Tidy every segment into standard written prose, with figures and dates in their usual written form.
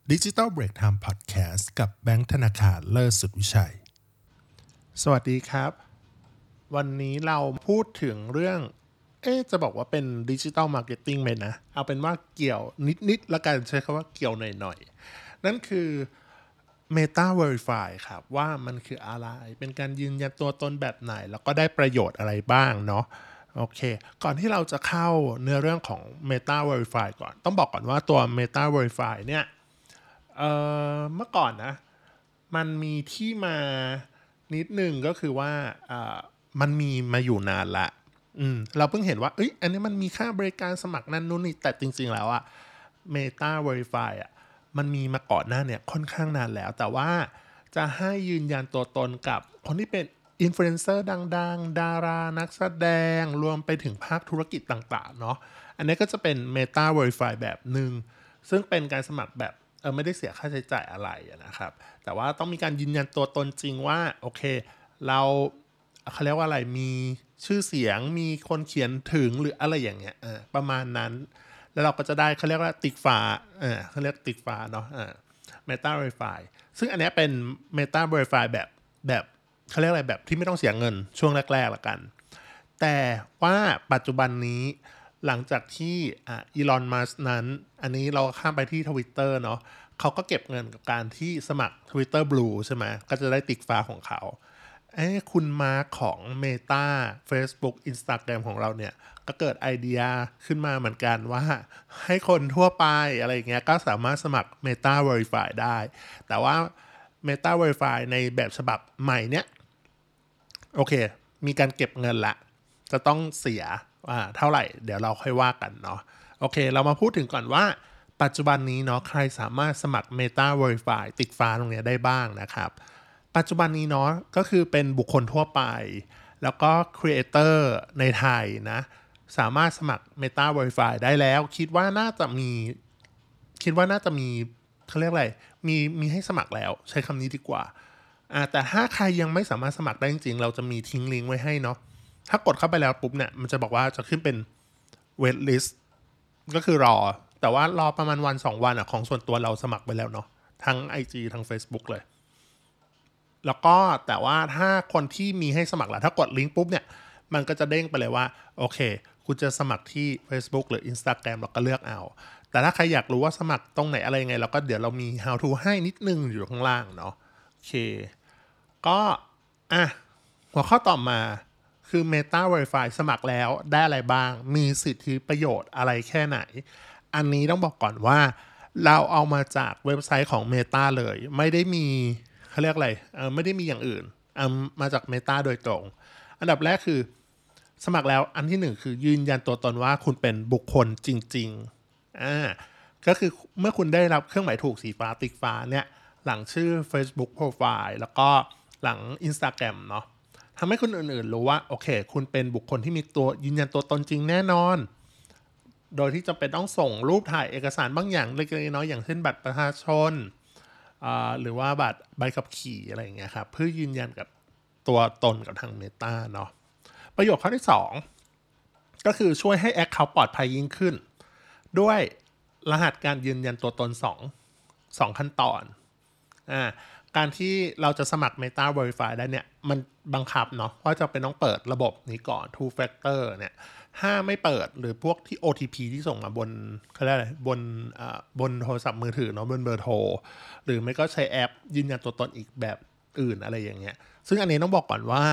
Digital Break Time Podcast กับแบงค์ธนาคารเลิศสุดวิชัยสวัสดีครับวันนี้เราพูดถึงเรื่องจะบอกว่าเป็น Digital Marketing ไหมนะเอาเป็นว่าเกี่ยวนิดๆละกันใช้คำว่าเกี่ยวหน่อยๆนั่นคือ Meta Verify ครับว่ามันคืออะไรเป็นการยืนยันตัวตนแบบไหนแล้วก็ได้ประโยชน์อะไรบ้างเนาะโอเคก่อนที่เราจะเข้าเนื้อเรื่องของ Meta Verify ก่อนต้องบอกก่อนว่าตัว Meta Verify เนี่ยเมื่อก่อนนะมันมีที่มานิดนึงก็คือว่ามันมีมาอยู่นานละเราเพิ่งเห็นว่าอันนี้มันมีค่าบริการสมัครนั่นนู่นนี่แต่จริงๆแล้วอะ Meta Verify อะมันมีมาก่อนหน้าเนี่ยค่อนข้างนานแล้วแต่ว่าจะให้ยืนยันตัวตนกับคนที่เป็นอินฟลูเอนเซอร์ดังๆดารานักแสดงรวมไปถึงภาคธุรกิจต่างๆเนาะอันนี้ก็จะเป็น Meta Verify แบบหนึ่งซึ่งเป็นการสมัครแบบไม่ได้เสียค่าใช้จ่ายอะไรนะครับแต่ว่าต้องมีการยืนยันตัวตนจริงว่าโอเคเราเขาเรียกว่าอะไรมีชื่อเสียงมีคนเขียนถึงหรืออะไรอย่างเงี้ยประมาณนั้นแล้วเราก็จะได้เขาเรียกว่าติ๊กฟ้าเขาเรียกติ๊กฟ้าเนาะMeta Verify ซึ่งอันนี้เป็น Meta Verify แบบเขาเรียกอะไรแบบที่ไม่ต้องเสียเงินช่วงแรกๆละกันแต่ว่าปัจจุบันนี้หลังจากที่อีลอน มัสก์นั้นอันนี้เราข้ามไปที่ Twitter เนาะเขาก็เก็บเงินกับการที่สมัคร Twitter Blue ใช่ไหมก็จะได้ติ๊กฟ้าของเขาคุณมาร์คของ Meta Facebook Instagram ของเราเนี่ยก็เกิดไอเดียขึ้นมาเหมือนกันว่าให้คนทั่วไปอะไรอย่างเงี้ยก็สามารถสมัคร Meta Verify ได้แต่ว่า Meta Verify ในแบบฉบับใหม่เนี่ยโอเคมีการเก็บเงินละจะต้องเสียเท่าไหร่เดี๋ยวเราค่อยว่ากันเนาะโอเคเรามาพูดถึงก่อนว่าปัจจุบันนี้เนาะใครสามารถสมัคร Meta Verify ติ๊กฟ้าตรงนี้ได้บ้างนะครับปัจจุบันนี้เนาะก็คือเป็นบุคคลทั่วไปแล้วก็ครีเอเตอร์ในไทยนะสามารถสมัคร Meta Verify ได้แล้วคิดว่าน่าจะมีเขาเรียกอะไรมีให้สมัครแล้วใช้คำนี้ดีกว่าแต่ถ้าใครยังไม่สามารถสมัครได้จริงๆเราจะมีทิ้งลิงก์ไว้ให้เนาะถ้ากดเข้าไปแล้วปุ๊บเนี่ยมันจะบอกว่าจะขึ้นเป็น wait list ก็คือรอแต่ว่ารอประมาณ1-2 วันของส่วนตัวเราสมัครไปแล้วเนาะทั้ง IG ทั้ง Facebook เลยแล้วก็แต่ว่าถ้าคนที่มีให้สมัครแล้วถ้ากดลิงก์ปุ๊บเนี่ยมันก็จะเด้งไปเลยว่าโอเคคุณจะสมัครที่ Facebook หรือ Instagram เราก็เลือกเอาแต่ถ้าใครอยากรู้ว่าสมัครตรงไหนอะไรยังไงเราก็เดี๋ยวเรามี how to ให้นิดนึงอยู่ข้างล่างเนาะโอเคก็หัวข้อต่อมาคือ Meta Verify สมัครแล้วได้อะไรบ้างมีสิทธิประโยชน์อะไรแค่ไหนอันนี้ต้องบอกก่อนว่าเราเอามาจากเว็บไซต์ของ Meta เลยไม่ได้มีเขาเรียกอะไรไม่ได้มีอย่างอื่นมาจาก Meta โดยตรงอันดับแรกคือสมัครแล้วอันที่หนึ่งคือยืนยันตัวตนว่าคุณเป็นบุคคลจริงๆก็คือเมื่อคุณได้รับเครื่องหมายถูกสีฟ้าติ๊กฟ้าเนี่ยหลังชื่อ Facebook Profile แล้วก็หลัง Instagram เนาะทำให้คนอื่นๆรู้ว่าโอเคคุณเป็นบุคคลที่มีตัวยืนยันตัวตนจริงแน่นอนโดยที่จำเป็นต้องส่งรูปถ่ายเอกสารบางอย่างเล็กๆน้อยๆอย่างเช่นบัตรประชาชนหรือว่าบัตรใบขับขี่อะไรอย่างเงี้ยครับเพื่อยืนยันกับตัวตนกับทาง Meta เนาะประโยชน์ข้อที่2ก็คือช่วยให้ Account ปลอดภัยยิ่งขึ้นด้วยรหัสการยืนยันตัวตน2ขั้นตอนการที่เราจะสมัคร Meta Verify ได้เนี่ยมันบังคับเนาะว่าจะเป็นต้องเปิดระบบนี้ก่อน Two Factor เนี่ยถ้าไม่เปิดหรือพวกที่ OTP ที่ส่งมาบนเขาเรียกอะไรบนโทรศัพท์มือถือเนาะบนเบอร์โทรหรือไม่ก็ใช้แอปยืนยันตัวตนอีกแบบอื่นอะไรอย่างเงี้ยซึ่งอันนี้ต้องบอกก่อนว่า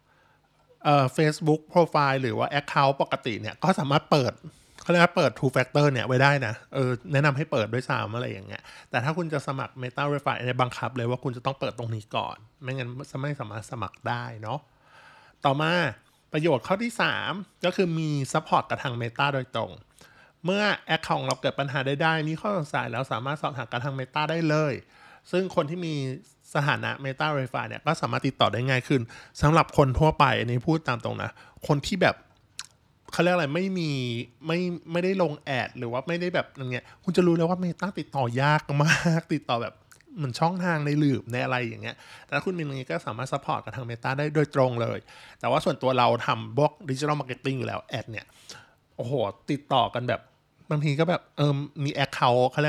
Facebook Profile หรือว่า Account ปกติเนี่ยก็สามารถเปิดเขาเรียกว่าเปิด Two Factor เนี่ยไว้ได้นะแนะนำให้เปิดด้วยซ้ำอะไรอย่างเงี้ยแต่ถ้าคุณจะสมัคร Meta Verify ในบังคับเลยว่าคุณจะต้องเปิดตรงนี้ก่อนไม่งั้นไม่สามารถสมัครได้เนาะต่อมาประโยชน์ข้อที่3ก็คือมี support กับทาง Meta โดยตรงเมื่อ Account เราเกิดปัญหาได้มีข้อสงสัยแล้วสามารถสอบถามกับทาง Meta ได้เลยซึ่งคนที่มีสถานะ Meta Verify เนี่ยก็สามารถติดต่อได้ง่ายขึ้นสำหรับคนทั่วไปอันนี้พูดตามตรงนะคนที่แบบเขาเรียกอะไรไม่ได้ลงแอดหรือว่าไม่ได้แบบอย่างเงี้ยคุณจะรู้เลยว่า Meta ติดต่อยากมากติดต่อแบบเหมือนช่องทางในหลืบในอะไรอย่างเงี้ยแต่ถ้าคุณมีอย่างงี้ก็สามารถซัพพอร์ตกับทาง Meta ได้โดยตรงเลยแต่ว่าส่วนตัวเราทำพวก Digital Marketing อยู่แล้วแอดเนี่ยโอ้โหติดต่อกันแบบบางทีก็แบบมี Account เขาเรียกอะไร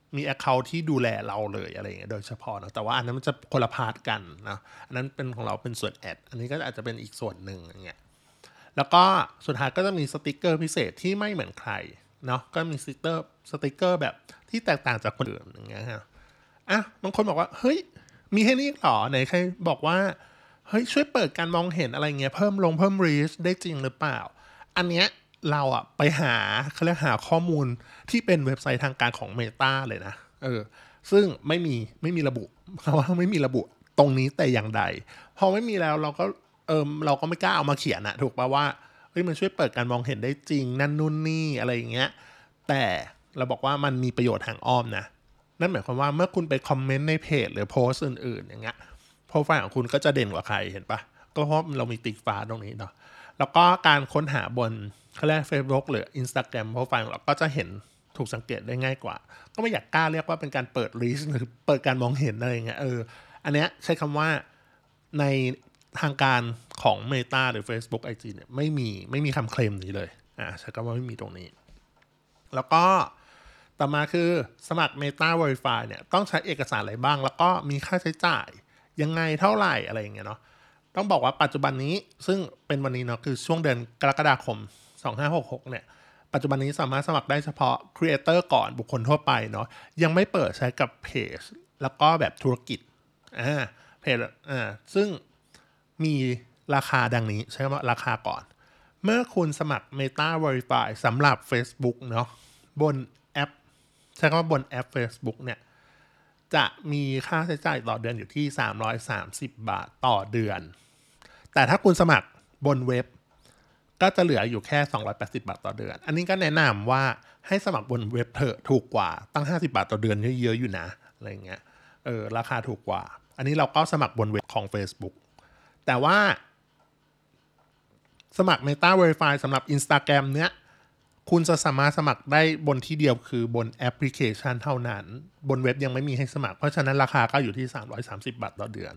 มี account ที่ดูแลเราเลยอะไรอย่างเงี้ยโดยเฉพาะเนาะแต่ว่าอันนั้นมันจะคนละพาร์ทกันนะอันนั้นเป็นของเราเป็นส่วนแอดอันนี้ก็อาจจะเป็นอีกส่วนหนึ่งอย่างเงี้ยแล้วก็สุดท้ายก็จะมีสติกเกอร์พิเศษที่ไม่เหมือนใครเนาะก็มีสติกเกอร์แบบที่แตกต่างจากคนอื่นอย่างเงี้ยฮะบางคนบอกว่าเฮ้ยมีแค่นี้หรอไหนใครบอกว่าเฮ้ยช่วยเปิดการมองเห็นอะไรเงี้ยเพิ่ม reach ได้จริงหรือเปล่าอันเนี้ยเราอะไปหาเขาเรียกหาข้อมูลที่เป็นเว็บไซต์ทางการของ Meta เลยนะซึ่งไม่มีระบุเพราะว่าไม่มีระบุตรงนี้แต่อย่างใดพอไม่มีแล้วเราก็ไม่กล้าเอามาเขียนนะถูกป่ะว่าเฮ้ยมันช่วยเปิดการมองเห็นได้จริงนั่นนู่นนี่อะไรอย่างเงี้ยแต่เราบอกว่ามันมีประโยชน์ทางอ้อมนะนั่นหมายความว่าเมื่อคุณไปคอมเมนต์ในเพจหรือโพสต์อื่นๆอย่างเงี้ยโปรไฟล์ของคุณก็จะเด่นกว่าใครเห็นปะก็เพราะเรามีติ๊กฟ้าตรงนี้เนาะแล้วก็การค้นหาบนเขาเรียก Facebook หรือ Instagram โปรไฟล์เราก็จะเห็นถูกสังเกตได้ง่ายกว่าก็ไม่อยากกล้าเรียกว่าเป็นการเปิดรีชหรือเปิดการมองเห็นอะไรอย่างเงี้ยอันเนี้ยใช้คำว่าในทางการของ Meta หรือ Facebook IG เนี่ยไม่มีคำเคลมนี้เลยใช้คำว่าไม่มีตรงนี้แล้วก็ต่อมาคือสมัคร Meta Verify เนี่ยต้องใช้เอกสารอะไรบ้างแล้วก็มีค่าใช้จ่ายยังไงเท่าไหร่อะไรอย่างเงี้ยเนาะต้องบอกว่าปัจจุบันนี้ซึ่งเป็นวันนี้เนาะคือช่วงเดือนกรกฎาคม2566เนี่ยปัจจุบันนี้สามารถสมัครได้เฉพาะ Creator ก่อนบุคคลทั่วไปเนาะยังไม่เปิดใช้กับเพจแล้วก็แบบธุรกิจเพจซึ่งมีราคาดังนี้ใช้คำว่าราคาก่อนเมื่อคุณสมัคร Meta Verify สำหรับ Facebook เนาะบนแอปใช้คำว่าบนแอป Facebook เนี่ยจะมีค่าใช้จ่ายต่อเดือนอยู่ที่330 บาทต่อเดือนแต่ถ้าคุณสมัครบนเว็บก็จะเหลืออยู่แค่280 บาทต่อเดือนอันนี้ก็แนะนำว่าให้สมัครบนเว็บเถอะถูกกว่าตั้ง50 บาทต่อเดือนเยอะอยู่นะอะไรเงี้ยราคาถูกกว่าอันนี้เราก็สมัครบนเว็บของ Facebook แต่ว่าสมัคร Meta Verify สำหรับ Instagram เนี้ยคุณจะสามารถสมัครได้บนที่เดียวคือบนแอปพลิเคชันเท่านั้นบนเว็บยังไม่มีให้สมัครเพราะฉะนั้นราคาก็อยู่ที่330 บาทต่อเดือน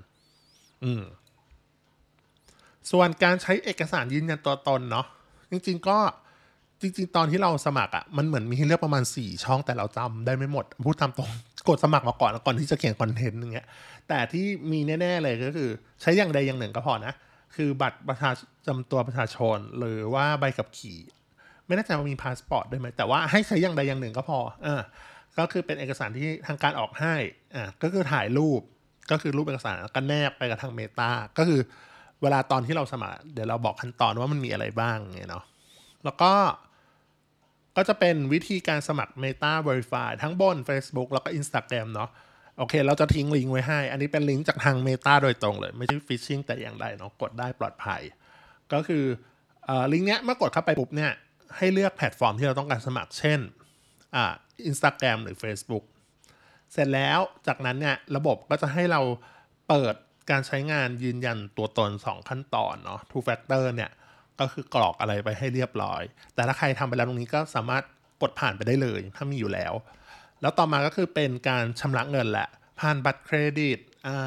ส่วนการใช้เอกสารยืนยันตัวตนเนาะจริงๆตอนที่เราสมัครมันเหมือนมีให้เลือกประมาณ4ช่องแต่เราจำได้ไม่หมดพูดตามตรงกดสมัครมาก่อนที่จะเขียนคอนเทนต์อย่างเงี้ยแต่ที่มีแน่ๆเลยก็คือใช้อย่างใดอย่างหนึ่งก็พอนะคือบัตรจำตัวประชาชนหรือว่าใบขับขี่ไม่แน่ใจว่ามีพาสปอร์ตด้วยไหมแต่ว่าให้ใช้อย่างใดอย่างหนึ่งก็พอก็คือเป็นเอกสารที่ทางการออกให้ก็คือถ่ายรูปก็คือรูปเอกสารแล้วก็แนบไปกับทาง Meta ก็คือเวลาตอนที่เราสมัครเดี๋ยวเราบอกขั้นตอนว่ามันมีอะไรบ้างไงเนาะแล้วก็จะเป็นวิธีการสมัคร Meta Verify ทั้งบน Facebook แล้วก็ Instagram เนาะโอเคเราจะทิ้งลิงก์ไว้ให้อันนี้เป็นลิงก์จากทาง Meta โดยตรงเลยไม่ใช่ฟิชชิงแต่อย่างใดเนาะกดได้ปลอดภัยก็คือลิงก์เนี้ยเมื่อกดเข้าไปปุ๊บเนี่ยให้เลือกแพลตฟอร์มที่เราต้องการสมัครเช่นInstagram หรือ Facebook เสร็จแล้วจากนั้นเนี่ยระบบก็จะให้เราเปิดการใช้งานยืนยันตัวตน2ขั้นตอนเนาะ two factor เนี่ยก็คือกรอกอะไรไปให้เรียบร้อยแต่ถ้าใครทำไปแล้วตรงนี้ก็สามารถกดผ่านไปได้เลยถ้ามีอยู่แล้วต่อมาก็คือเป็นการชำระเงินแหละผ่านบัตรเครดิต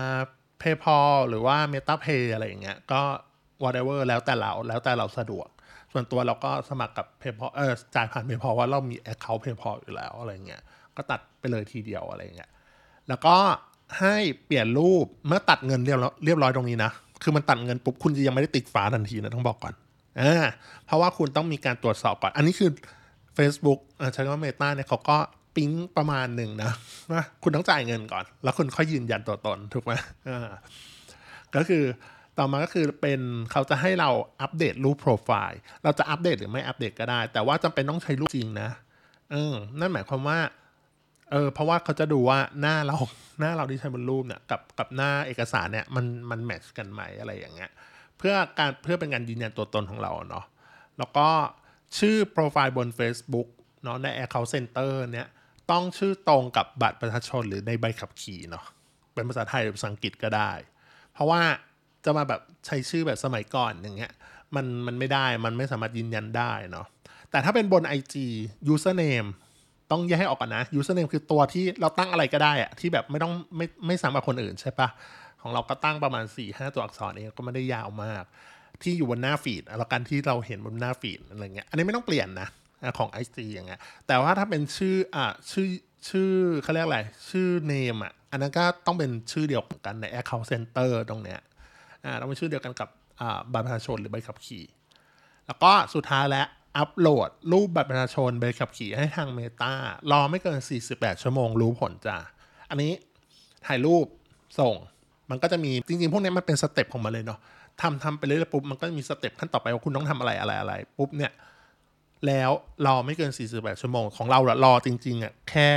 PayPal หรือว่า MetaPay อะไรอย่างเงี้ยก็ whatever แล้วแต่เราสะดวกส่วนตัวเราก็สมัครกับ PayPal จ่ายผ่าน PayPal ว่าเรามี account PayPal อยู่แล้วอะไรเงี้ยก็ตัดไปเลยทีเดียวอะไรเงี้ยแล้วก็ให้เปลี่ยนรูปเมื่อตัดเงินเรียบร้อยตรงนี้นะคือมันตัดเงินปุ๊บคุณจะยังไม่ได้ติดฟ้าทันทีนะต้องบอกก่อนเพราะว่าคุณต้องมีการตรวจสอบก่อนอันนี้คือ Facebook ใช้คำว่า Meta เนี่ยเขาก็ปิ๊งประมาณหนึ่งนะว่าคุณต้องจ่ายเงินก่อนแล้วคุณค่อยยืนยันตัวตนถูกไหมก็คือต่อมาก็คือเป็นเขาจะให้เราอัปเดตรูปโปรไฟล์เราจะอัปเดตหรือไม่อัปเดตก็ได้แต่ว่าจำเป็นต้องใช้รูปจริงนะนั่นหมายความว่าเพราะว่าเขาจะดูว่าหน้าเราที่ใช้บนรูปเนี่ยกับหน้าเอกสารเนี่ยมันแมทช์กันไหมอะไรอย่างเงี้ยเพื่อเป็นการยืนยันตัวตนของเราเนาะแล้วก็ชื่อโปรไฟล์บน Facebook เนาะใน Account Center เนี่ยต้องชื่อตรงกับบัตรประชาชนหรือในใบขับขี่เนาะเป็นภาษาไทยหรือภาษาอังกฤษก็ได้เพราะว่าจะมาแบบใช้ชื่อแบบสมัยก่อนอย่างเงี้ยมันไม่ได้มันไม่สามารถยืนยันได้เนาะแต่ถ้าเป็นบน IG username ต้องแยกให้ออกก่อนนะ username คือตัวที่เราตั้งอะไรก็ได้อะที่แบบไม่ซ้ำกับคนอื่นใช่ปะของเราก็ตั้งประมาณ 4-5 ตัวอักษรเองก็ไม่ได้ยาวมากที่อยู่บนหน้าฟีดแล้วกันที่เราเห็นบนหน้าฟีดอะไรเงี้ยอันนี้ไม่ต้องเปลี่ยนนะของ IG อย่างเงี้ยแต่ว่าถ้าเป็นชื่อชื่อเขาเรียกอะไรชื่อ name อ่ะอันนั้นก็ต้องเป็นชื่อเดียวกันใน account center ตรงเนี้ยต้องเป็นชื่อเดียวกันกับบัตรประชาชนหรือใบขับขี่แล้วก็สุดท้ายแล้วอัปโหลดรูปบัตรประชาชนใบขับขี่ให้ทาง Meta รอไม่เกิน48ชั่วโมงรู้ผลจ้ะอันนี้ถ่ายรูปส่งมันก็จะมีจริงๆพวกนี้มันเป็นสเต็ปของมันเลยเนาะทำไปเรื่อยๆปุ๊บมันก็มีสเต็ปขั้นต่อไปว่าคุณต้องทำอะไรปุ๊บเนี่ยแล้วรอไม่เกิน48ชั่วโมงของเรารอจริงๆอ่ะแค่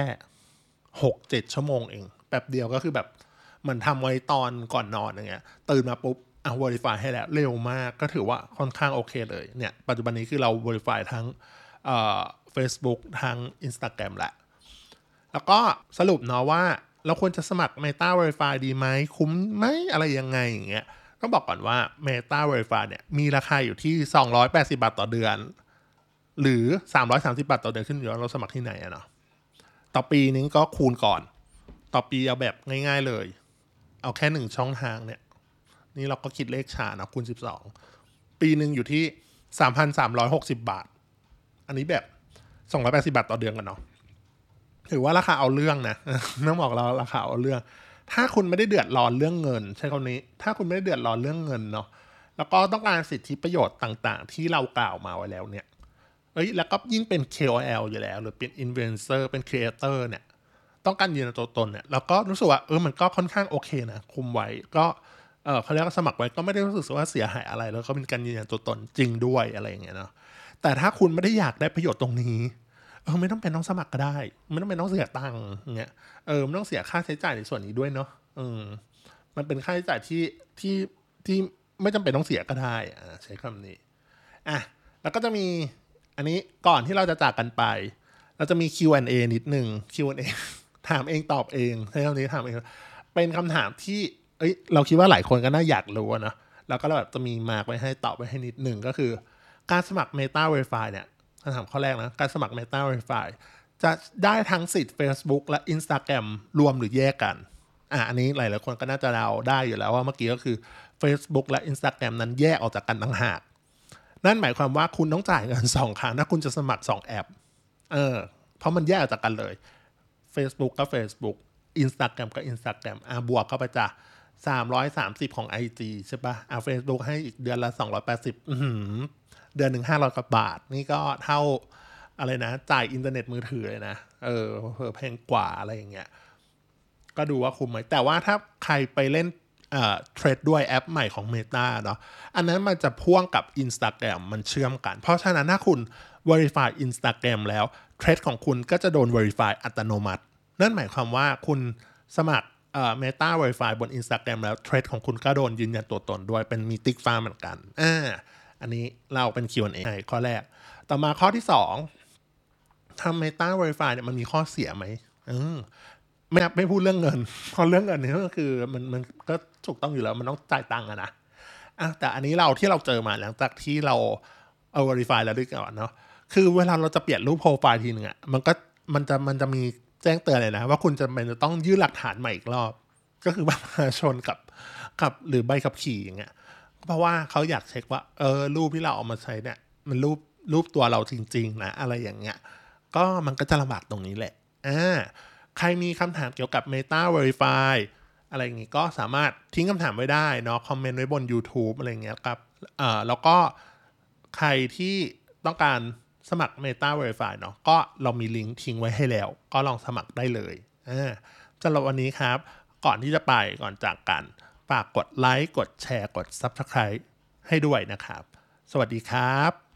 6-7ชั่วโมงเองแป๊บเดียวก็คือแบบเหมือนทำไว้ตอนก่อนนอนอย่างเงี้ยตื่นมาปุ๊บverify ให้แล้วเร็วมากก็ถือว่าค่อนข้างโอเคเลยเนี่ยปัจจุบันนี้คือเรา verify ทั้งFacebook ทั้ง Instagram แหละแล้วก็สรุปเนาะว่าเราควรจะสมัคร Meta Verify ดีไหมคุ้มไหมอะไรยังไงอย่างเงี้ยต้องบอกก่อนว่า Meta Verify เนี่ยมีราคาอยู่ที่280บาทต่อเดือนหรือ330บาทต่อเดือนขึ้นอยู่ว่าเราสมัครที่ไหนอะเนาะต่อปีนี้ก็คูณก่อนต่อปีเอาแบบง่ายๆเลยเอาแค่1ช่องทางเนี่ยนี่เราก็คิดเลขชานะคูณ12ปีหนึ่งอยู่ที่ 3,360 บาทอันนี้แบบ280บาทต่อเดือนกันเนาะถือว่าราคาเอาเรื่องนะต้องบอกเราราคาเอาเรื่องถ้าคุณไม่ได้เดือดร้อนเรื่องเงินใช้คำนี้ถ้าคุณไม่ได้เดือดร้อนเรื่องเงินเนาะแล้วก็ต้องการสิทธิประโยชน์ต่างๆที่เรากล่าวมาไว้แล้วเนี่ยแล้วก็ยิ่งเป็น KOL อยู่แล้วหรือเป็น Influencer เป็น Creator เนี่ยต้องการยืนยันตัวตนเนี่ยแล้วก็รู้สึกว่ามันก็ค่อนข้างโอเคนะคุมไว้ก็เขาเรียกว่าสมัครไว้ก็ไม่ได้รู้สึกว่าเสียหายอะไรแล้วก็เป็นการยืนยันตัวตนจริงด้วยอะไรอย่างเงี้ยเนาะแต่ถ้าคุณไม่ได้อยากได้ประโยชน์ตรงนี้ไม่ต้องเป็นต้องสมัครก็ได้ไม่ต้องเป็นต้องเสียตังค์เงี้ยไม่ต้องเสียค่าใช้จ่ายในส่วนนี้ด้วยเนาะมันเป็นค่าใช้จ่ายที่ไม่จำเป็นต้องเสียก็ได้ใช้คำนี้แล้วก็จะมีอันนี้ก่อนที่เราจะจากกันไปเราจะมี Q&A นิดนึง Q&A ถามเองตอบเองใช้คำนี้ถามเองเป็นคำถามที่เราคิดว่าหลายคนก็น่าอยากรู้นะแล้วก็แบบจะมีมาร์กไว้ให้ตอบไว้ให้นิดนึงก็คือการสมัคร Meta Verify เนี่ยคำถามข้อแรกนะการสมัคร Meta Verify จะได้ทั้งสิทธิ์ Facebook และ Instagram รวมหรือแยกกันอันนี้หลายๆคนก็น่าจะเดาได้อยู่แล้วว่าเมื่อกี้ก็คือ Facebook และ Instagram นั้นแยกออกจากกันต่างหากนั่นหมายความว่าคุณต้องจ่ายเงิน2 ครั้งถ้าคุณจะสมัคร2แอปเพราะมันแยกออกจากกันเลย Facebook ก็ Facebook Instagram ก็ Instagram บวกเข้าไปจ้ะ330ของ IG ใช่ปะFacebook ให้อีกเดือนละ280เดือนหนึ่ง500กว่าบาทนี่ก็เท่าอะไรนะจ่ายอินเทอร์เน็ตมือถือเลยนะแพงกว่าอะไรอย่างเงี้ยก็ดูว่าคุ้มไหมแต่ว่าถ้าใครไปเล่นเทรดด้วยแอปใหม่ของ Meta เนาะอันนั้นมันจะพ่วงกับ Instagram มันเชื่อมกันเพราะฉะนั้นถ้าคุณ verify Instagram แล้วเทรดของคุณก็จะโดน verify อัตโนมัตินั่นหมายความว่าคุณสมัครMeta Verify บน Instagram แล้วเทรดของคุณก็โดนยืนยันตัวตนด้วยเป็นมีติ๊กฟ้าเหมือนกันอันนี้เราเป็น Q&A ข้อแรกต่อมาข้อที่2ทำ Meta Verify เนี่ยมันมีข้อเสียไหมไม่พูดเรื่องเงินเพราะเรื่องเงินนี่ก็คือมันก็ถูกต้องอยู่แล้วมันต้องจ่ายตังค์นะแต่อันนี้ที่เราเจอมาหลังจากที่เราverify แล้วด้วยกันเนาะคือเวลาเราจะเปลี่ยนรูปโปรไฟล์ทีนึงมันจะมีแจ้งเตือนเลยนะว่าคุณจะต้องยื่นหลักฐานใหม่อีกรอบก็คือบัตรประชาชนกับหรือใบขับขี่อย่างเงี้ยเพราะว่าเขาอยากเช็คว่ารูปที่เราเอามาใช้เนี่ยมันรูปตัวเราจริงๆนะอะไรอย่างเงี้ยก็มันก็จะลำบากตรงนี้แหละใครมีคำถามเกี่ยวกับ Meta Verify อะไรอย่างงี้ก็สามารถทิ้งคำถามไว้ได้เนาะคอมเมนต์ไว้บน YouTube อะไรอย่างเงี้ยครับแล้วก็ใครที่ต้องการสมัคร Meta Verify เนาะก็เรามีลิงก์ทิ้งไว้ให้แล้วก็ลองสมัครได้เลยสำหรับวันนี้ครับก่อนที่จะไปก่อนจากกันฝากกดไลค์กดแชร์กด Subscribe ให้ด้วยนะครับสวัสดีครับ